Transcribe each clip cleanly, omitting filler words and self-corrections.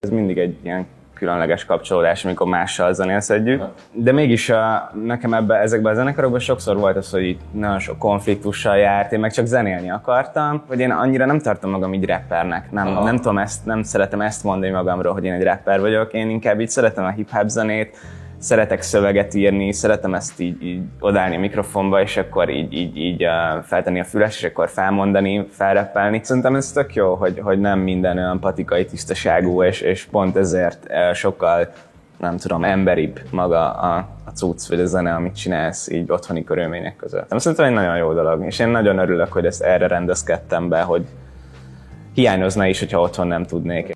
Ez mindig egy ilyen különleges kapcsolódás, amikor mással zenélsz együtt. De mégis nekem ezekben a zenekarokban sokszor volt az, hogy itt nagyon sok konfliktussal járt, én meg csak zenélni akartam, hogy én annyira nem tartom magam így rappernek. Nem tudom nem szeretem ezt mondani magamról, hogy én egy rapper vagyok, én inkább így szeretem a hip-hop zenét, szeretek szöveget írni, szeretem ezt így odállni a mikrofonba, és akkor így feltenni a füles, és akkor felmondani, felreppelni. Szerintem ez tök jó, hogy nem minden olyan patikai tisztaságú, és pont ezért sokkal, nem tudom, emberibb maga a cucc, vagy a zene, amit csinálsz így otthoni körülmények között. Szerintem egy nagyon jó dolog, és én nagyon örülök, hogy ezt erre rendezkedtem be, hogy hiányozna is, hogyha otthon nem tudnék.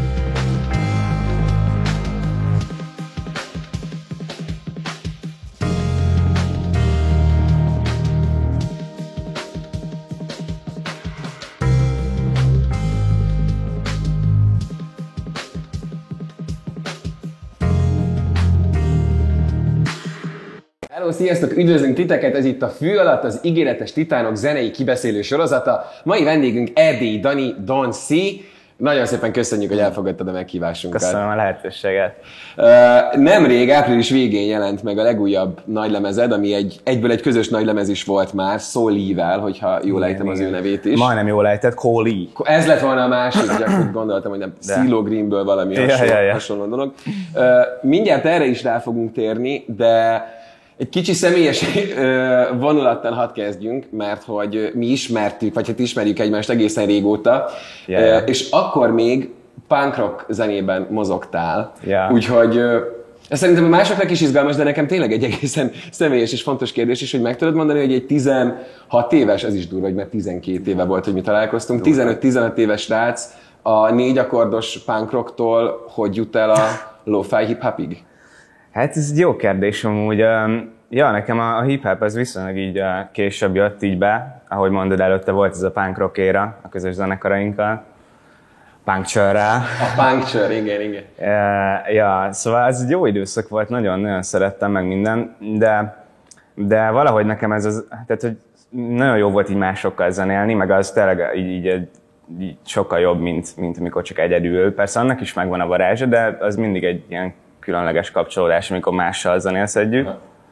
Hello, sziasztok! Üdvözlünk titeket! Ez itt a Fű alatt az Ígéretes Titánok zenei kibeszélő sorozata. Mai vendégünk Erdélyi Dani, Don C. Nagyon szépen köszönjük, hogy elfogadtad a meghívásunkat. Köszönöm a lehetőséget. Nemrég, április végén jelent meg a legújabb nagylemezed, ami egyből egy közös nagylemez is volt már, Soul-vel, hogyha jól ejtem az ő nevét is. Majdnem jól ejtett, Cole. Ez lett volna a másik, csak úgy gondoltam, hogy nem CeeLo Greenből valami hasonló dolog. Mindjárt erre is rá fogunk térni, de egy kicsi személyes vonulattal hadd kezdjünk, mert hogy mi ismertük, vagy hát ismerjük egymást egészen régóta, és akkor még punk rock zenében mozogtál. Úgyhogy ez szerintem másoknak is izgalmas, de nekem tényleg egy egészen személyes és fontos kérdés is, hogy meg tudod mondani, hogy egy 16 éves, ez is durva, hogy mert 12 éve volt, hogy mi találkoztunk, 15-16 éves srác a 4 akkordos punk rocktól, hogy jut el a lo-fi hip-hopig? Hát ez egy jó kérdés amúgy. Nekem a hip-hop az viszonylag így később jött így be, ahogy mondod, előtte volt ez a punk rock éra a közös zenekarainkkal, Puncture-rel. A Puncture, igen. Szóval ez egy jó időszak volt, nagyon szerettem meg minden, de valahogy nekem tehát hogy nagyon jó volt így másokkal zenélni, meg az tényleg így sokkal jobb, mint amikor csak egyedül. Persze annak is megvan a varázsa, de az mindig egy ilyen különleges kapcsolódás, amikor mással zenélsz együtt.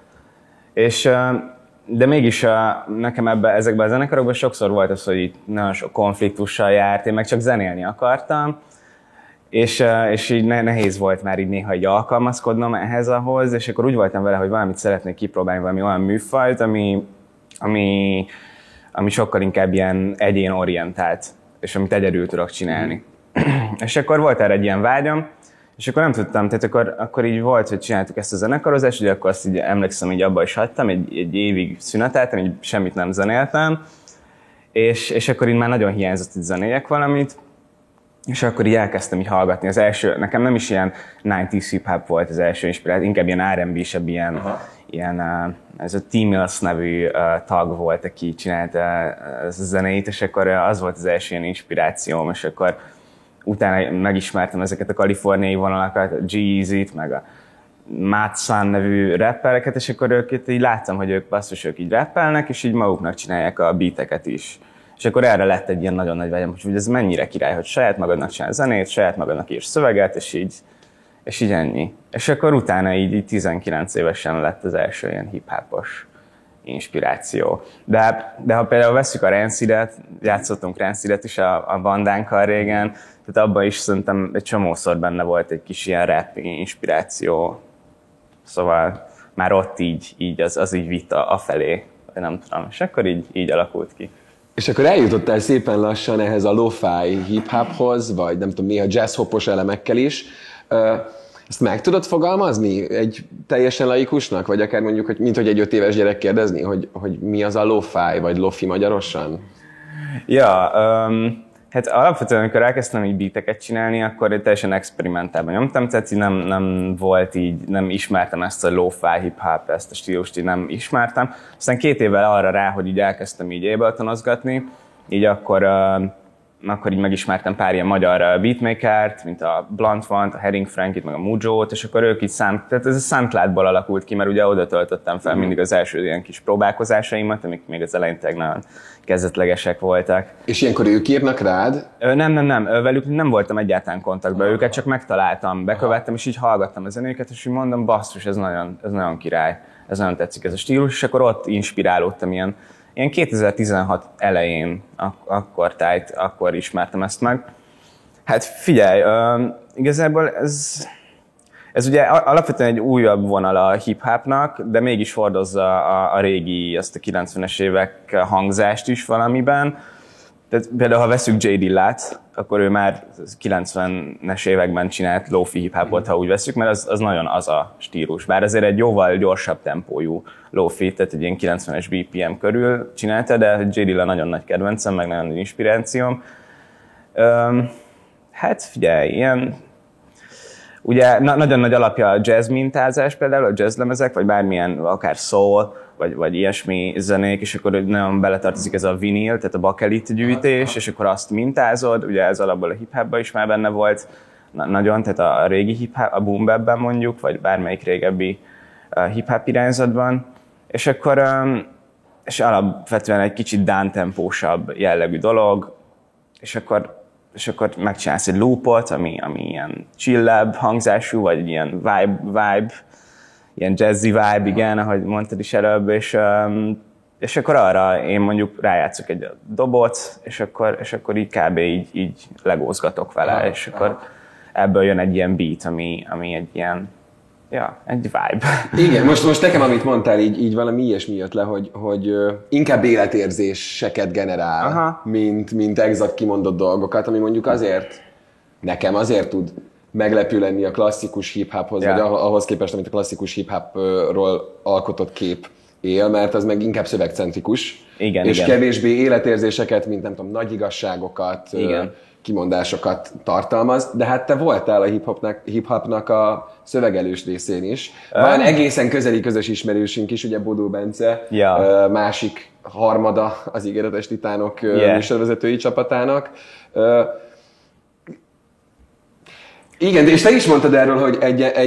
De mégis nekem ezekben a zenekarokban sokszor volt az, hogy itt nagyon sok konfliktussal járt, én meg csak zenélni akartam, és így nehéz volt már így néha így alkalmazkodnom ahhoz, és akkor úgy voltam vele, hogy valamit szeretnék kipróbálni, valami olyan műfajt, ami sokkal inkább ilyen egyénorientált, és amit egyedül tudok csinálni. És akkor volt erre egy ilyen vágyam, és akkor nem tudtam, tehát akkor így volt, hogy csináltuk ezt a zenekarozást, ugye akkor azt így emlékszem, így abba is hagytam, egy évig szüneteltem, így semmit nem zenéltem, és akkor így már nagyon hiányzott, hogy zenéljek valamit, és akkor így elkezdtem így hallgatni. Az első, nekem nem is ilyen 90s hip-hop volt az első inspiráció, inkább ilyen R&B-sebb, ilyen ez a T-Mills nevű tag volt, aki csinálta ezt a zenét, és akkor az volt az első ilyen inspirációm, és akkor utána megismertem ezeket a kaliforniai vonalakat, a G-Eazy-t, meg a Matsan nevű rappereket, és akkor őket így láttam, hogy ők így rappelnek, és így maguknak csinálják a beateket is. És akkor erre lett egy ilyen nagyon nagy vágyam, hogy ez mennyire király, hogy saját magadnak csinál zenét, saját magadnak írsz szöveget, és így ennyi. És akkor utána így 19 évesen lett az első ilyen hip-hopos inspiráció. De ha például vesszük a Rancidet, játszottunk Rancidet is a bandánkkal régen, tehát abban is szerintem egy csomószor benne volt egy kis ilyen rap inspiráció. Szóval már ott így az így vitt afelé, nem tudom, és akkor így alakult ki. És akkor eljutottál szépen lassan ehhez a lo-fi hip-hophoz, vagy nem tudom, néha jazz-hopos elemekkel is. Ezt meg tudod fogalmazni egy teljesen laikusnak, vagy akár mondjuk, hogy mint hogy egy 5 éves gyerek kérdezni, hogy mi az a lo-fi, vagy lofi magyarosan? Hát alapvetően, amikor elkezdtem így beateket csinálni, akkor teljesen experimentálban nyomtam, tehát nem volt így, nem ismertem ezt a lo-fi hip-hop, ezt a stílust így nem ismertem. Aztán 2 évvel arra rá, hogy így elkezdtem így Abletonozgatni, így akkor akkor így megismertem pár ilyen magyar beatmakert, mint a Blunt One, a Herring Frankit, meg a Mujot, és akkor ők így tehát ez a SoundCloud-ból alakult ki, mert ugye oda töltöttem fel mindig az első ilyen kis próbálkozásaimat, amik még az elején nagyon kezdetlegesek voltak. És ilyenkor ők írnak rád? Nem. Velük nem voltam egyáltalán kontaktban, őket csak megtaláltam, bekövettem, és így hallgattam a zenéket, és így mondom, basszus, ez nagyon király, ez nagyon tetszik ez a stílus, és akkor ott inspirálódtam ilyen 2016 elején, akkor ismertem ezt meg. Hát figyelj, igazából ez ugye alapvetően egy újabb vonal a hip-hopnak, de mégis hordozza a régi, azt a 90-es évek hangzást is valamiben. Tehát például, ha veszük J. Dillát, akkor ő már 90-es években csinált lo-fi hip-hopot, ha úgy veszük, mert az nagyon az a stílus. Bár azért egy jóval gyorsabb tempójú lo-fi, tehát egy ilyen 90-es BPM körül csinálta, de J. Dilla nagyon nagy kedvencem, meg nagyon nagy inspirációm. Hát figyelj, ilyen... Ugye nagyon nagy alapja a jazz mintázás például, a jazzlemezek, vagy bármilyen, akár soul, vagy ilyesmi zenék, és akkor nagyon beletartozik ez a vinil, tehát a bakelit gyűjtés, és akkor azt mintázod, ugye ez alapból a hip-hopban is már benne volt nagyon, tehát a régi hip-hop, a boom bapben mondjuk, vagy bármelyik régebbi hip-hop irányzatban, és akkor és alapvetően egy kicsit down-tempósabb jellegű dolog, és akkor megcsinálsz egy loopot, ami ilyen chill-ebb hangzású, vagy ilyen vibe, ilyen jazzy vibe, igen, ahogy mondtad is előbb, és akkor arra én mondjuk rájátszok egy dobot, és akkor így kb. így legózgatok vele, és akkor ebből jön egy ilyen beat, ami egy ilyen, egy vibe. Igen, most nekem, amit mondtál, így valami ilyesmi jött le, hogy inkább életérzéseket generál, mint exakt kimondott dolgokat, ami mondjuk nekem azért tud meglepő lenni a klasszikus hip-hophoz, vagy ahhoz képest, amit a klasszikus hip-hopról alkotott kép él, mert az meg inkább szövegcentrikus, és kevésbé életérzéseket, mint nem tudom, nagy igazságokat, kimondásokat tartalmaz, de hát te voltál a hip-hopnak a szövegelős részén is. Van egészen közeli közös ismerősünk is, ugye Bodó Bence, másik harmada az Ígéretes Titánok műsorvezetői csapatának. Igen, és te is mondtad erről, hogy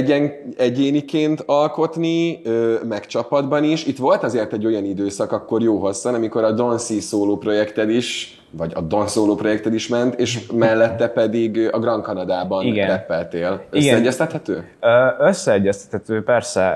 egyéniként alkotni, meg csapatban is. Itt volt azért egy olyan időszak, akkor jó hosszan, amikor a Don C szóló projekted is, vagy a Don szóló projekted is ment, és mellette pedig a Grand Canadában rappeltél. Összeegyeztethető? Összeegyeztethető, persze.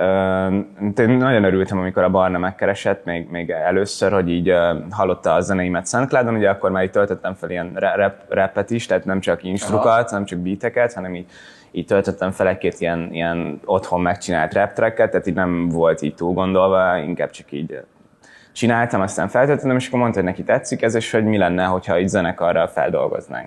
Én nagyon örültem, amikor a Barna megkeresett, még először, hogy így hallotta a zenéimet SoundCloudon, ugye akkor már így töltöttem fel ilyen rappet is, tehát nem csak instrukat, nem csak beateket, hanem így töltöttem fel egy-két ilyen otthon megcsinált rap tracket, tehát így nem volt így túl gondolva, inkább csak így csináltam, aztán feltöltöttem, és akkor mondta, hogy neki tetszik ez, és hogy mi lenne, hogyha így zenekarral feldolgoznánk.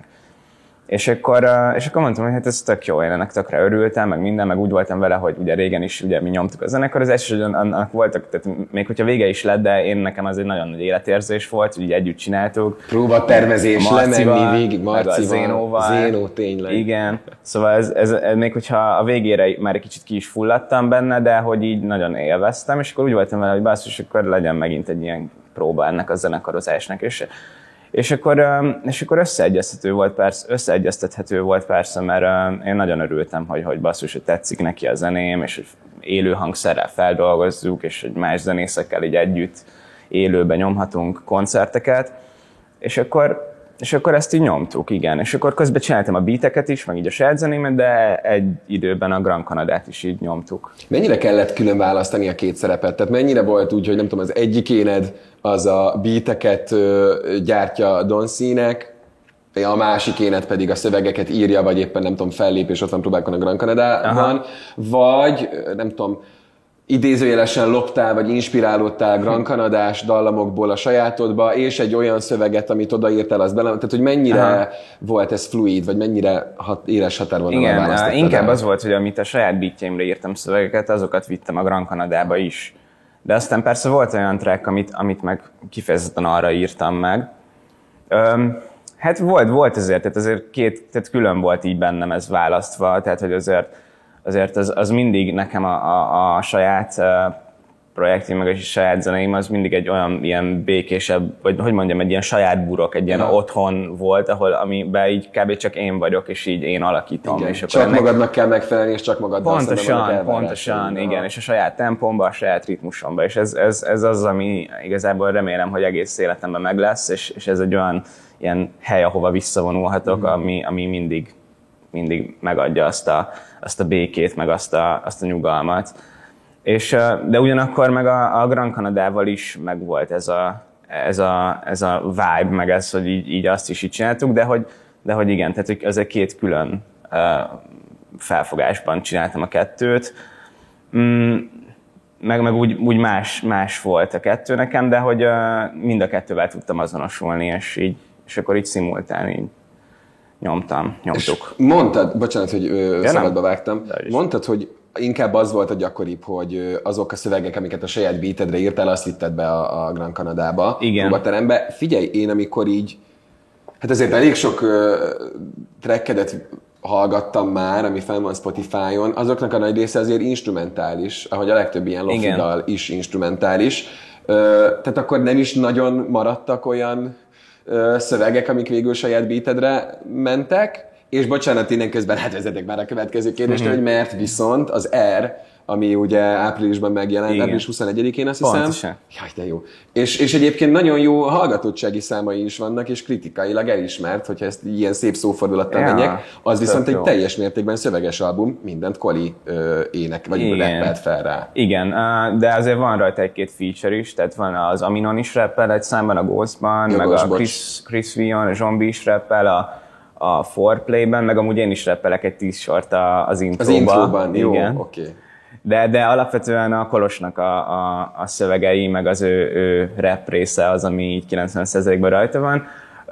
És akkor mondtam, hogy hát ez tök jó, én ennek tökre örültem, meg minden, meg úgy voltam vele, hogy ugye régen is ugye mi nyomtuk a zenekarozást, és hogy annak voltak, tehát még hogyha vége is lett, de nekem az egy nagyon nagy életérzés volt, hogy így együtt csináltuk. Próbatervezés, lemenni végig Marcival, Zénó tényleg. Igen, szóval ez még hogyha a végére már egy kicsit ki is fulladtam benne, de hogy így nagyon élveztem, és akkor úgy voltam vele, hogy basszus, akkor legyen megint egy ilyen próba ennek a zenekarozásnak, és akkor összeegyeztethető volt persze, mert én nagyon örültem, hogy basszus, hogy tetszik neki a zeném, és hogy élő hangszerrel feldolgozzuk, és hogy más zenészekkel így együtt élőben nyomhatunk koncerteket, és akkor ezt így nyomtuk, igen. És akkor közben csináltam a beateket is, meg így a saját zenémet, de egy időben a Grand Canadát is így nyomtuk. Mennyire kellett külön választani a két szerepet? Tehát mennyire volt úgy, hogy nem tudom, az egyik éned az a beateket gyártja Don C-nek, a másik éned pedig a szövegeket írja, vagy éppen nem tudom, fellép, és ott van próbálkon a Grand Canadában, vagy nem tudom, idézőjelesen loptál, vagy inspirálódtál Grand Canadás dallamokból a sajátodba, és egy olyan szöveget, amit odaírtál, az bele... Tehát, hogy mennyire volt ez fluid, vagy mennyire éles határvonalon választottad? Igen, inkább az volt, hogy amit a saját beatjeimre írtam szövegeket, azokat vittem a Grand Canadába is. De aztán persze volt olyan track, amit meg kifejezetten arra írtam meg. Hát volt azért, tehát külön volt így bennem ez választva, tehát hogy azért az mindig nekem a saját projektjeim, meg a saját zeneim, az mindig egy olyan ilyen békésebb, vagy hogy mondjam, egy ilyen saját burok, egy ilyen otthon volt, amiben így kb. Csak én vagyok, és így én alakítom. És akkor csak magadnak kell megfelelni, és csak magaddal pontosan, igen, és a saját tempomba, a saját ritmusomba, és ez az, ami igazából remélem, hogy egész életemben meg lesz, és ez egy olyan ilyen hely, ahova visszavonulhatok, ami mindig megadja azt a békét, meg azt a nyugalmat. De ugyanakkor meg a Grand Canadával is megvolt ez a vibe, meg ez, hogy így azt is így csináltuk, de hogy igen, tehát ez egy két külön felfogásban csináltam a kettőt. Meg úgy más volt a kettő nekem, de hogy mind a kettővel tudtam azonosulni, és akkor így szimultán így nyomtuk. És mondtad, bocsánat, hogy szabadba vágtam, mondtad, hogy inkább az volt a gyakoribb, hogy azok a szövegek, amiket a saját beatedre írtál, azt vitted be a Grand Canadába, próbaterembe. Figyelj, én amikor így, hát azért elég sok trackedet hallgattam már, ami fenn van Spotify-on, azoknak a nagy része azért instrumentális, ahogy a legtöbb ilyen lofi dal is instrumentális. Tehát akkor nem is nagyon maradtak olyan szövegek, amik végül saját beatedre mentek, és bocsánat, innen közben átvezetek már a következő kérdést, hogy mert viszont az R, ami ugye áprilisban megjelent, április 21-én azt hiszem. Pontosan. Jaj, de jó. És egyébként nagyon jó hallgatottsági számai is vannak, és kritikailag elismert, hogyha ezt ilyen szép szófordulattal menjek, az viszont egy teljes mértékben szöveges album, mindent Koli ének, vagy rappelt fel rá. Igen, de azért van rajta egy-két feature is, tehát van az Aminon is rappel egy számban, a Ghostban, meg a Chris Vion, a Zombi is rappel, a Foreplay-ben, meg amúgy én is rappelek egy 10 sort az intróban. Az intróban, jó, oké. De alapvetően a Kolosnak a szövegei, meg az ő rap része az, ami így 90%-ban rajta van.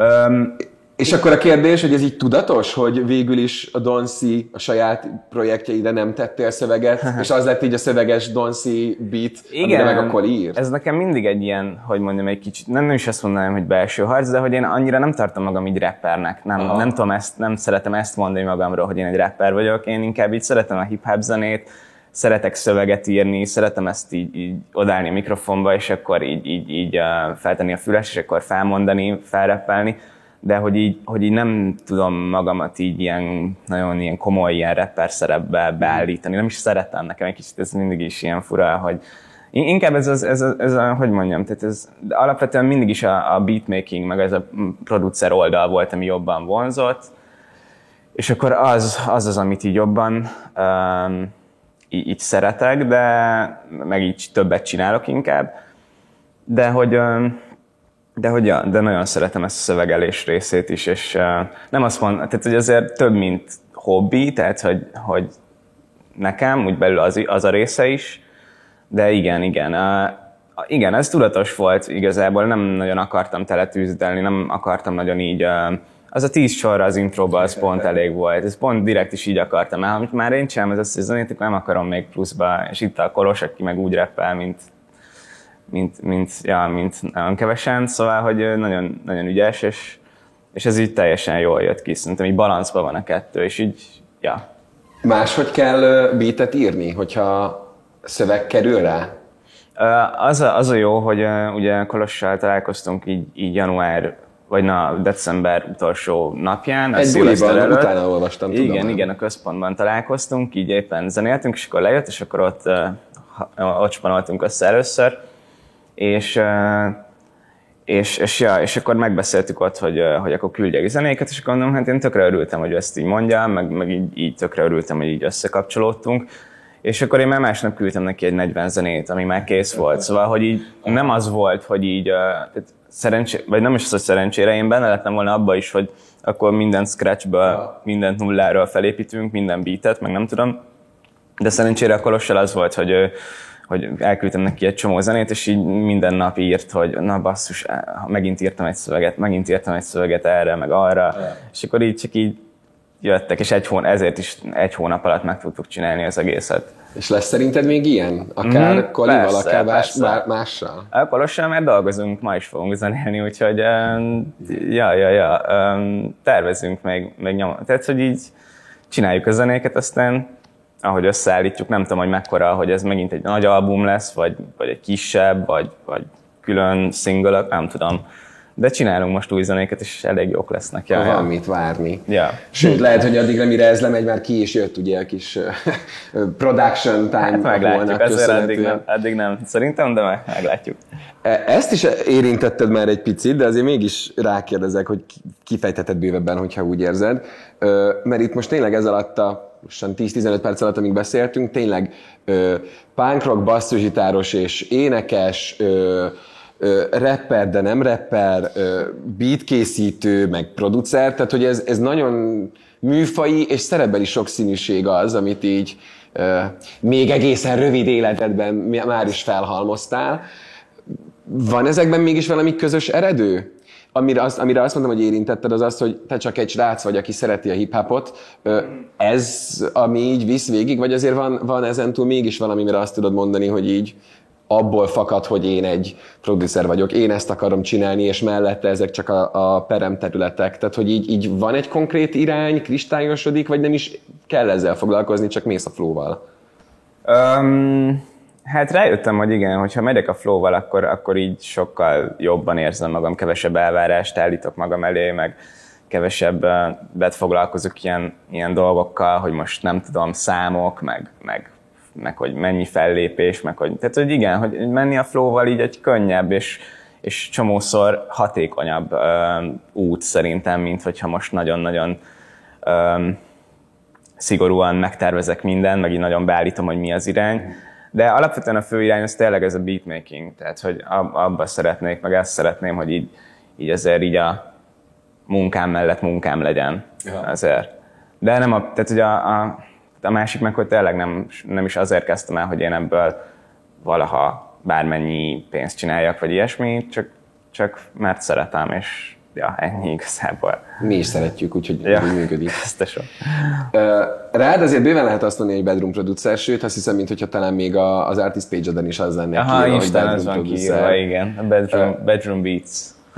És akkor a kérdés, hogy ez így tudatos, hogy végül is a Don C a saját projektjeire nem tettél szöveget, és az lett így a szöveges Don C beat, amire meg akkor ír? Ez nekem mindig egy ilyen, hogy mondjam, egy kicsit, nem is azt mondanám, hogy belső harc, de hogy én annyira nem tartom magam így rappernek. Nem tudom nem szeretem ezt mondani magamról, hogy én egy rapper vagyok. Én inkább így szeretem a hip-hop zenét, szeretek szöveget írni, szeretem ezt így odállni a mikrofonba, és akkor így feltenni a füles, és akkor felmondani, felreppelni. De hogy így nem tudom magamat így nagyon ilyen komoly ilyen rapper szerepbe beállítani. Nem is szeretem, nekem egy kicsit ez mindig is ilyen fura, hogy inkább ez a hogy mondjam, tehát ez alapvetően mindig is a beatmaking, meg ez a producer oldal volt, ami jobban vonzott, és akkor az, amit így jobban így szeretek, de meg így többet csinálok inkább, de nagyon szeretem ezt a szövegelés részét is, és nem azt mondom, tehát hogy azért több, mint hobbi, tehát hogy nekem úgy belül az a része is, de igen, ez tudatos volt igazából, nem nagyon akartam teletűzdelni, nem akartam nagyon így, az a 10 sorra az intróban az pont elég volt, ez pont direkt is így akartam, mert amit már én csinálom, ez a zenét, akkor nem akarom még pluszba, és itt a Kolos, aki meg úgy rappel, mint nagyon kevesen, szóval, hogy nagyon, nagyon ügyes, és ez így teljesen jól jött ki, szerintem így balanszban van a kettő, és így, ja. Máshogy kell beatet írni, hogyha szöveg kerül rá? Az a jó, hogy ugye Kolossal találkoztunk így január, vagy december utolsó napján. Egy buliban, utána olvastam, tudom. Igen, a központban találkoztunk, így éppen zenéltünk, és akkor lejött, és akkor ott spanoltunk össze először, és akkor megbeszéltük ott, hogy akkor küldjek zenéket, és akkor mondom, hát én tökre örültem, hogy ezt így mondjam, meg így tökre örültem, hogy így összekapcsolódtunk. És akkor én már másnap küldtem neki egy 40 zenét, ami már kész volt. Szóval, hogy így nem az volt, hogy így, vagy nem is az, hogy szerencsére, én benne lettem volna abba is, hogy akkor minden scratchből, mindent nulláról felépítünk, minden beatet, meg nem tudom. De szerencsére a Kolossal az volt, hogy elküldtem neki egy csomó zenét, és így minden nap írt, hogy na basszus, megint írtam egy szöveget erre, meg arra, és akkor így csak így jöttek, és ezért is egy hónap alatt meg tudtuk csinálni az egészet. És lesz szerinted még ilyen? Akár Kolival, akár mással? A Kolossal már dolgozunk, ma is fogunk zenélni, úgyhogy tervezünk meg nyomon. Tehát, hogy így csináljuk a zenéket, aztán ahogy összeállítjuk, nem tudom, hogy mekkora, hogy ez megint egy nagy album lesz, vagy egy kisebb, vagy külön single, nem tudom. De csinálunk most új zenéket, és elég jók lesznek. Van mit várni. Ja. Sőt, lehet, hogy addigra, mire ez lemegy, már ki is jött ugye a kis production time. Hát meglátjuk, ezért eddig nem szerintem, de meglátjuk. Ezt is érintetted már egy picit, de azért mégis rákérdezek, hogy kifejtheted bővebben, hogyha úgy érzed. Mert itt most tényleg ez alatt a 10-15 perc alatt, amíg beszéltünk, tényleg punk rock, basszusgitáros és énekes, rapper, de nem rapper, beatkészítő, meg producer, tehát hogy ez nagyon műfaji és szerepbeli sokszínűség az, amit így még egészen rövid életedben már is felhalmoztál. Van ezekben mégis valami közös eredő? Amire azt mondtam, hogy érintetted, az az, hogy te csak egy srác vagy, aki szereti a hip-hopot. Ez, ami így visz végig, vagy azért van ezentúl mégis valami, mire azt tudod mondani, hogy így abból fakad, hogy én egy producer vagyok, én ezt akarom csinálni, és mellette ezek csak a peremterületek. Tehát, hogy így van egy konkrét irány, kristályosodik, vagy nem is kell ezzel foglalkozni, csak mész a flow-val? Hát rájöttem, hogy igen, hogyha megyek a flow-val, akkor így sokkal jobban érzem magam, kevesebb elvárást állítok magam elé, meg kevesebbet foglalkozok ilyen dolgokkal, hogy most nem tudom, számok, meg hogy mennyi fellépés, tehát hogy igen, hogy menni a flow-val így egy könnyebb és csomószor hatékonyabb út szerintem, mint hogyha most nagyon-nagyon szigorúan megtervezek mindent, meg így nagyon beállítom, hogy mi az irány. De alapvetően a fő irány az tényleg ez a beatmaking, tehát hogy abba szeretnék, meg ezt szeretném, hogy így azért így a munkám mellett munkám legyen azért. De nem tehát hogy a másik meg, hogy tényleg nem is azért kezdtem el, hogy én ebből valaha bármennyi pénzt csináljak, vagy ilyesmi, csak mert szeretem, és ja, ennyi igazából. Mi is szeretjük, úgyhogy úgy működik. Rád azért bőven lehet azt mondani, hogy bedroom producer, sőt, azt hiszem, mintha talán még az artist page-eden is az lenne kiírva, hogy bedroom producer. Igen, a bedroom beats.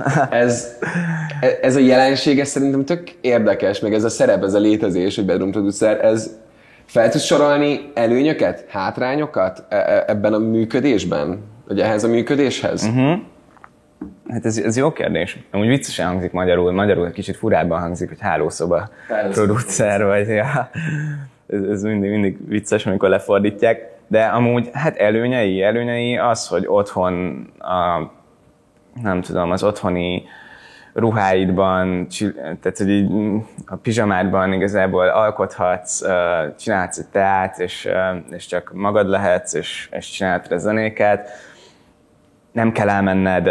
Ez a jelenség, ez szerintem tök érdekes, meg ez a szerep, ez a létezés, hogy bedroom producer, ez fel tudsz sorolni előnyöket, hátrányokat ebben a működésben? Vagy ehhez a működéshez? Hát ez jó kérdés. Amúgy viccesen hangzik magyarul kicsit furábban hangzik, hogy hálószoba producer vagy. Ja. Ez mindig vicces, amikor lefordítják. De amúgy hát előnyei az, hogy otthon nem tudom, az otthoni ruháidban, tehát hogy így a pizsamádban igazából alkothatsz, csinálsz egy teát, és csak magad lehetsz, és csinálhatod a zenéket. Nem kell elmenned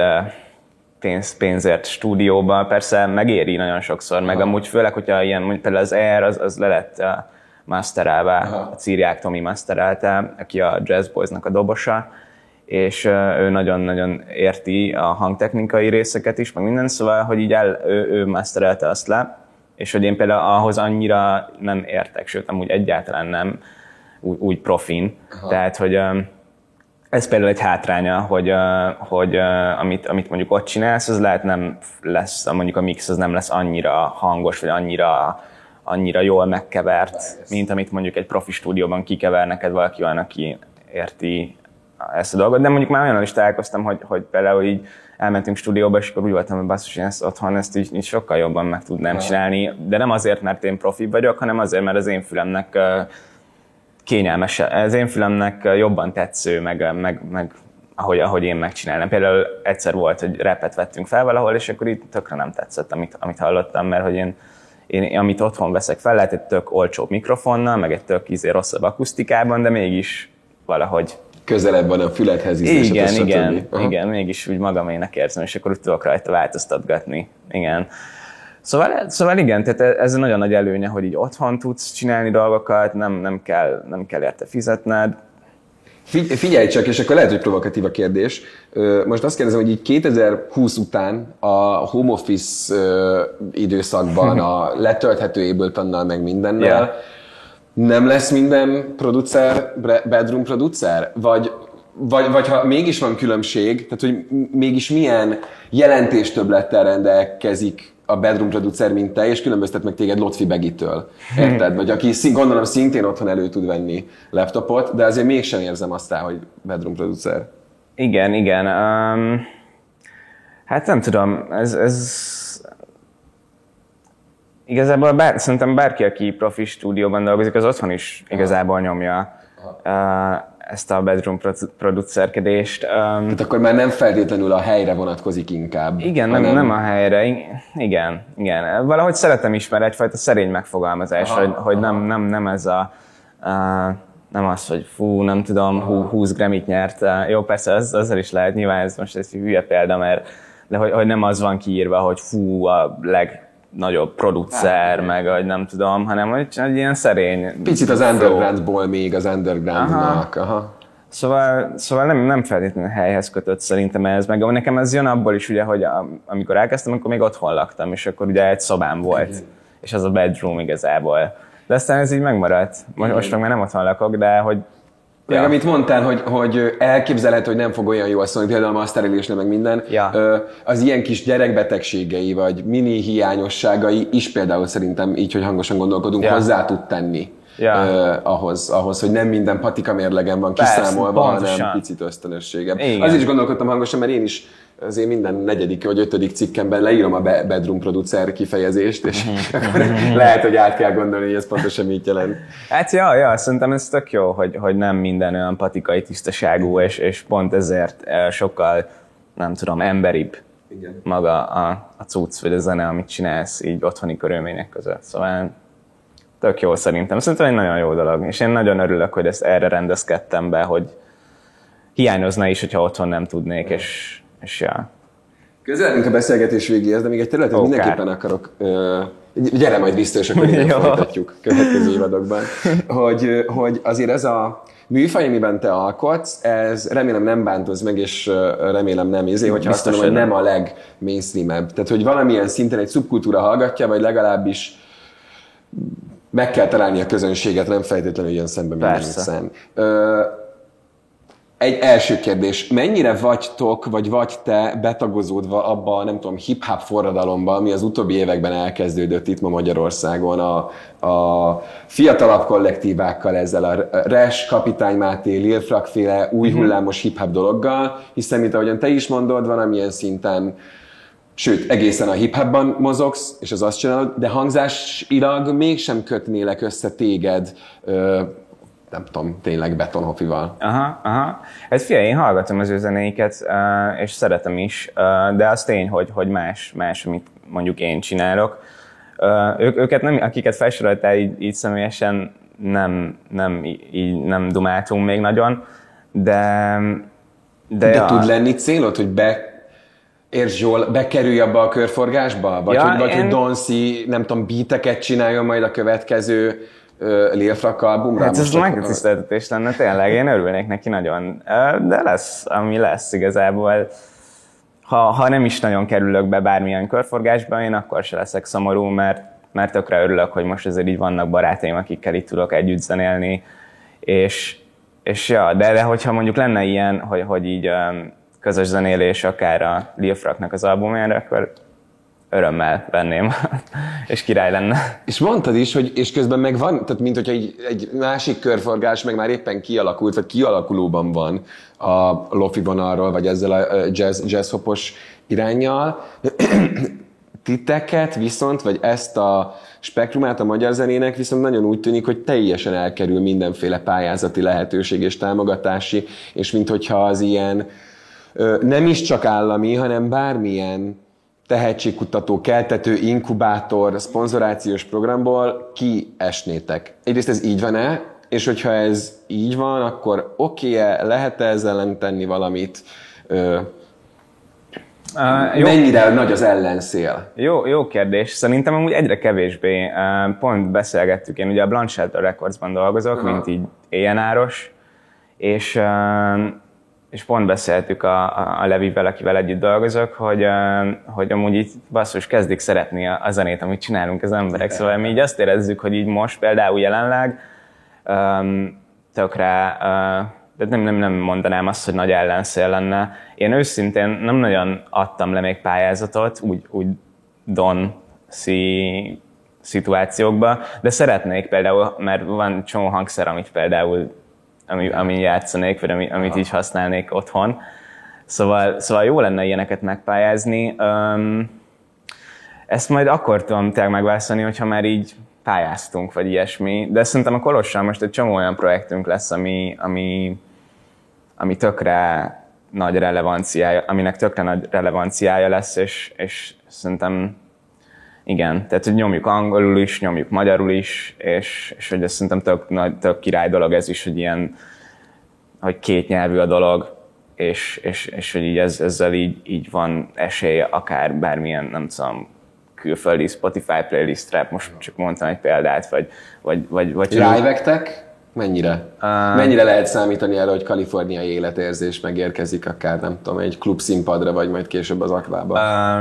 pénzért stúdióba, persze megéri nagyon sokszor, meg amúgy főleg, hogyha ilyen, például az Air, az le lett masterelve, a Círiák Tomi masterelte, aki a Jazz Boysnak a dobosa, és ő nagyon-nagyon érti a hangtechnikai részeket is, meg minden, szóval, hogy így ő masterelte azt le, és hogy én például ahhoz annyira nem értek, sőt, amúgy egyáltalán nem úgy profin. Tehát, hogy ez például egy hátránya, hogy amit mondjuk ott csinálsz, az lehet nem lesz, mondjuk a mix az nem lesz annyira hangos, vagy annyira jól megkevert, mint amit mondjuk egy profi stúdióban kikever neked valaki olyan, aki érti ezt a dolgot. De mondjuk már olyan is találkoztam, hogy például így elmentünk stúdióba, és akkor úgy voltam, hogy basszus, én ezt otthon ezt így sokkal jobban meg tudnám csinálni, de nem azért, mert én profi vagyok, hanem azért, mert az én fülemnek kényelmes, az én fülemnek jobban tetsző, meg ahogy én megcsinálnám. Például egyszer volt, hogy rapet vettünk fel valahol, és akkor így tökre nem tetszett, amit hallottam, mert hogy én amit otthon veszek fel, lehet egy tök olcsóbb mikrofonnal, meg egy tök rosszabb akusztikában, de mégis valahogy közelebb van a füledhez is. Igen, mégis úgy magamének érzem, és akkor úgy tudok rajta változtatgatni. Igen. Szóval igen, tehát ez egy nagyon nagy előnye, hogy így otthon tudsz csinálni dolgokat, nem kell érte fizetned. Figyelj csak, és akkor lehet, hogy provokatív a kérdés. Most azt kérdezem, hogy így 2020 után a home office időszakban, a letölthető Abletonnal meg mindennel, nem lesz minden producer bedroom producer? Vagy ha mégis van különbség, tehát hogy mégis milyen jelentéstöbblettel rendelkezik a bedroom producer, mint te, és különböztet meg téged Lotfi Begitől. Érted? Vagy aki gondolom szintén otthon elő tud venni laptopot, de azért mégsem érzem azt rá, hogy bedroom producer. Igen. Hát nem tudom, ez igazából szerintem bárki, aki profi stúdióban dolgozik, az otthon is igazából nyomja ezt a bedroom producerkedést. Tehát akkor már nem feltétlenül a helyre vonatkozik inkább. Igen, nem a helyre. Igen. Valahogy szeretem is, mert egyfajta szerény megfogalmazás, hogy nem ez nem az, hogy fú, nem tudom, 20 Grammyt nyert. Jó, persze azzal is lehet, nyilván ez most egy hülye példa, de hogy nem az van kiírva, hogy fú, a legnagyobb producer, meg hogy nem tudom, hanem hogy egy ilyen szerény... Picit az undergroundból még az undergroundnak. Szóval nem feltétlenül helyhez kötött szerintem ez, meg nekem ez jön abból is, ugye, hogy amikor elkezdtem, akkor még otthon laktam, és akkor ugye egy szobám volt, és az a bedroom igazából. De aztán ez így megmaradt. Most meg már nem otthon lakok, de hogy... Meg amit mondtál, hogy elképzelhető, hogy nem fog olyan jól szólni, például a masterelésnél meg minden, az ilyen kis gyerekbetegségei, vagy mini hiányosságai is például szerintem így, hogy hangosan gondolkodunk, hozzá tud tenni ahhoz, hogy nem minden patika mérlegen van kiszámolva, hanem picit ösztönösségem. Az is gondolkodtam hangosan, mert én is azért minden 4. vagy 5. cikkemben leírom a bedroom producer kifejezést, és akkor lehet, hogy át kell gondolni, hogy ez pontosan mit jelent. Hát szerintem ez tök jó, hogy nem minden olyan patikai tisztaságú, és pont ezért sokkal, nem tudom, emberibb maga a cucc, vagy a zene, amit csinálsz így otthoni körülmények között. Szóval tök jó szerintem. Szerintem egy nagyon jó dolog, és én nagyon örülök, hogy ezt erre rendezkedtem be, hogy hiányozna is, hogyha otthon nem tudnék, és Közeledünk a beszélgetés végéhez, de még egy területet mindenképpen akarok. Gyere majd vissza, és akkor innen folytatjuk következő évadokban. Hogy azért ez a műfaj, amiben te alkotsz, ez remélem nem bántoz meg, és remélem nem hogyha azt mondom, hogy nem a legmainstreamebb. Tehát, hogy valamilyen szinten egy szubkultúra hallgatja, vagy legalábbis meg kell találni a közönséget, nem feltétlenül jön szembe minden szem. Egy első kérdés, mennyire vagytok, vagy vagy te betagozódva abba, nem tudom, hip-hop forradalomba, ami az utóbbi években elkezdődött itt ma Magyarországon, a fiatalabb kollektívákkal, ezzel a Res, Kapitány Máté, Lil Frak féle új hullámos hip-hop dologgal, hiszen, mint ahogyan te is mondod, valamilyen szinten, sőt, egészen a hip-hopban mozogsz, és az azt csinálod, de hangzásilag mégsem kötnélek össze téged, nem tudom, tényleg Betonhoffival. Hát figyelj, én hallgatom az ő zenéiket, és szeretem is, de az tény, hogy más, amit mondjuk én csinálok. Őket akiket felsoroltál így személyesen nem dumáltunk még nagyon, de tud lenni célod, hogy értsd jól, bekerülj abba a körforgásba? Vagy hogy Donci, nem tudom, beateket csináljon majd a következő Lil Frak albumra? Hát ez megtiszteltetés lenne, tényleg, én örülnék neki nagyon. De lesz, ami lesz igazából. Ha nem is nagyon kerülök be bármilyen körforgásba, én akkor se leszek szomorú, mert tökre örülök, hogy most azért így vannak barátaim, akikkel itt tudok együtt zenélni. És de hogyha mondjuk lenne ilyen, hogy így közös zenélés akár a Lil Fraknak az albumjára, akkor örömmel venném, és király lenne. És mondtad is, hogy és közben meg van, tehát mint hogyha egy másik körforgás meg már éppen kialakult, vagy kialakulóban van a lofi vonalról, vagy ezzel a jazz-hopos iránnyal. Titeket viszont, vagy ezt a spektrumát a magyar zenének viszont nagyon úgy tűnik, hogy teljesen elkerül mindenféle pályázati lehetőség és támogatási, és minthogyha az ilyen nem is csak állami, hanem bármilyen tehetségkutató, keltető, inkubátor, szponzorációs programból kiesnétek. Egyrészt ez így van-e? És hogyha ez így van, akkor oké-e, lehet-e ezzel ellen tenni valamit? Mennyire nagy az ellenszél? Jó kérdés. Szerintem amúgy egyre kevésbé. Pont beszélgettük, én ugye a Blanchard Recordsban dolgozok, mint így éjjenáros, és pont beszéltük a Levivel, akivel együtt dolgozok, hogy amúgy így basszus kezdik szeretni a zenét, amit csinálunk az emberek. Szóval mi így azt érezzük, hogy így most például jelenleg tökre, de nem mondanám azt, hogy nagy ellenszél lenne. Én őszintén nem nagyon adtam le még pályázatot, úgy szituációkba, de szeretnék például, mert van csomó hangszer, amit például ami játszanék, vagy amit így használnék otthon. Szóval jó lenne ilyeneket megpályázni. Ezt majd akkor tudom tényleg megválaszolni, hogyha már így pályáztunk, vagy ilyesmi. De szerintem a Kolossal most egy csomó olyan projektünk lesz, ami tökre nagy relevanciája, aminek tökre nagy relevanciája lesz, és szerintem igen, tehát hogy nyomjuk angolul is, nyomjuk magyarul is, és hogy ez szerintem tök király dolog ez is, hogy ilyen, hogy kétnyelvű a dolog, és hogy így ezzel így van esélye akár bármilyen, nem tudom, külföldi Spotify playlistre, most csak mondtam egy példát, vagy Live-ektek? Mennyire? Mennyire lehet számítani erre, hogy kaliforniai életérzés megérkezik akár, nem tudom, egy klubszínpadra, vagy majd később az Aquába?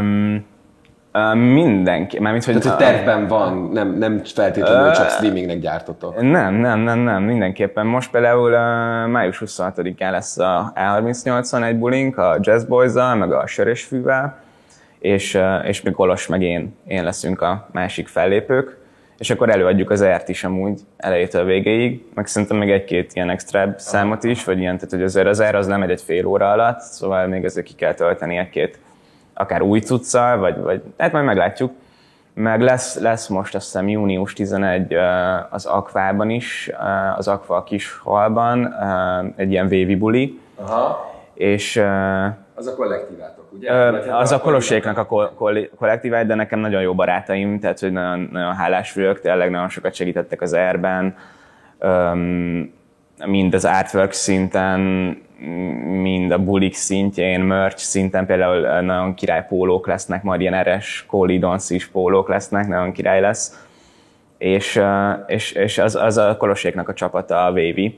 Mindenki. Mármint, hogy tehát, hogy tervben van, nem feltétlenül csak streamingnek gyártotok. Nem, mindenképpen. Most például május 26-án lesz a A38-on egy bulink, a Jazz Boys-zal, meg a Sörös Fűvel, és még Kolos meg én leszünk a másik fellépők, és akkor előadjuk az ERT is amúgy elejétől végéig, meg szerintem még egy-két ilyen extra számot is, vagy ilyen, tehát hogy azért az ER az nem egy fél óra alatt, szóval még ezért ki kell tölteni egy-két akár új cuccal, vagy hát majd meglátjuk. Meg lesz most azt hiszem június 11 az Aquában is, az Aqua Kishalban egy ilyen vévi buli. Aha. És az a kollektívátok, ugye? Az a Koloséknak a kollektívája, de nekem nagyon jó barátaim, tehát hogy nagyon, nagyon hálás vagyok, tényleg nagyon sokat segítettek az ER-ben, mind az artwork szinten, mind a bulik szintjén, merch szinten, például nagyon király pólók lesznek, majd ilyen eres Colidons pólók lesznek, nagyon király lesz. És az a Koloséknak a csapata a Wavy.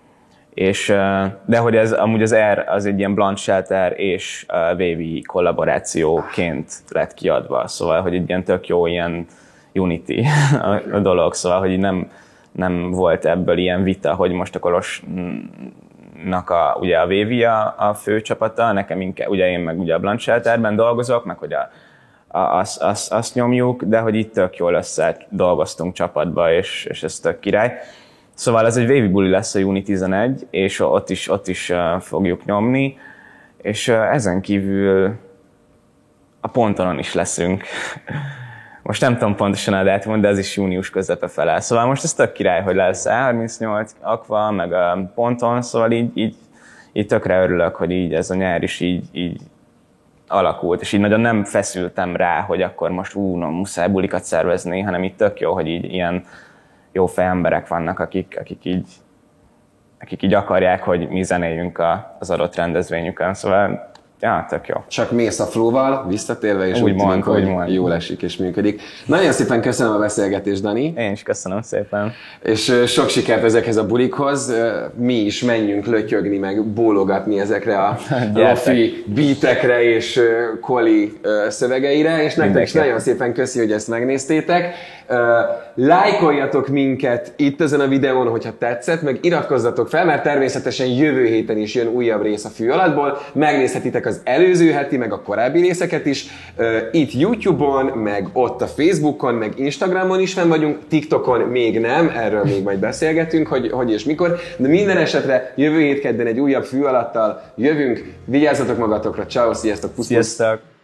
De hogy ez amúgy az R az egy ilyen Blunt Shelter és Wavy kollaborációként lett kiadva, szóval hogy egy ilyen tök jó ilyen unity a dolog, szóval hogy nem volt ebből ilyen vita, hogy most a Kolosnak ugye a Wavy a fő csapata, nekem inkább, ugye én meg ugye a Blunt Shelterben dolgozok, meg hogy azt nyomjuk, de hogy itt tök jól dolgoztunk csapatba, és ez tök király. Szóval ez egy Wavy buli lesz a júni 11, és ott is fogjuk nyomni, és ezen kívül a Pontonon is leszünk. Most nem tudom pontosan a dátumot, de ez is június közepe fele. Szóval most ez tök király, hogy lesz A38, Aqua, meg a Ponton, szóval így tökre örülök, hogy így ez a nyár is így alakult, és így nagyon nem feszültem rá, hogy akkor most muszáj bulikat szervezni, hanem így tök jó, hogy így ilyen jó fej emberek vannak, akik így akarják, hogy mi zenéljünk az adott rendezvényükön, szóval ja, tök jó. Csak mész a flow-val, visszatérve, és úgy tűnik, hogy jól esik és működik. Nagyon szépen köszönöm a beszélgetést, Dani. Én is köszönöm szépen. És sok sikert ezekhez a bulikhoz. Mi is menjünk lötyögni, meg bólogatni ezekre a lofi beatekre és Koli szövegeire, és nektek is nagyon szépen köszi, hogy ezt megnéztétek. Lájkoljatok minket itt ezen a videón, hogyha tetszett, meg iratkozzatok fel, mert természetesen jövő héten is jön újabb rész a Fű alattból. Megnézhetitek az előző heti, meg a korábbi részeket is. Itt YouTube-on, meg ott a Facebookon, meg Instagramon is fenn vagyunk, TikTokon még nem, erről még majd beszélgetünk, hogy és mikor. De minden esetre jövő hét kedden egy újabb Fű alattal jövünk. Vigyázzatok magatokra, ciao, sziasztok, pusz, pusz. Sziasztok.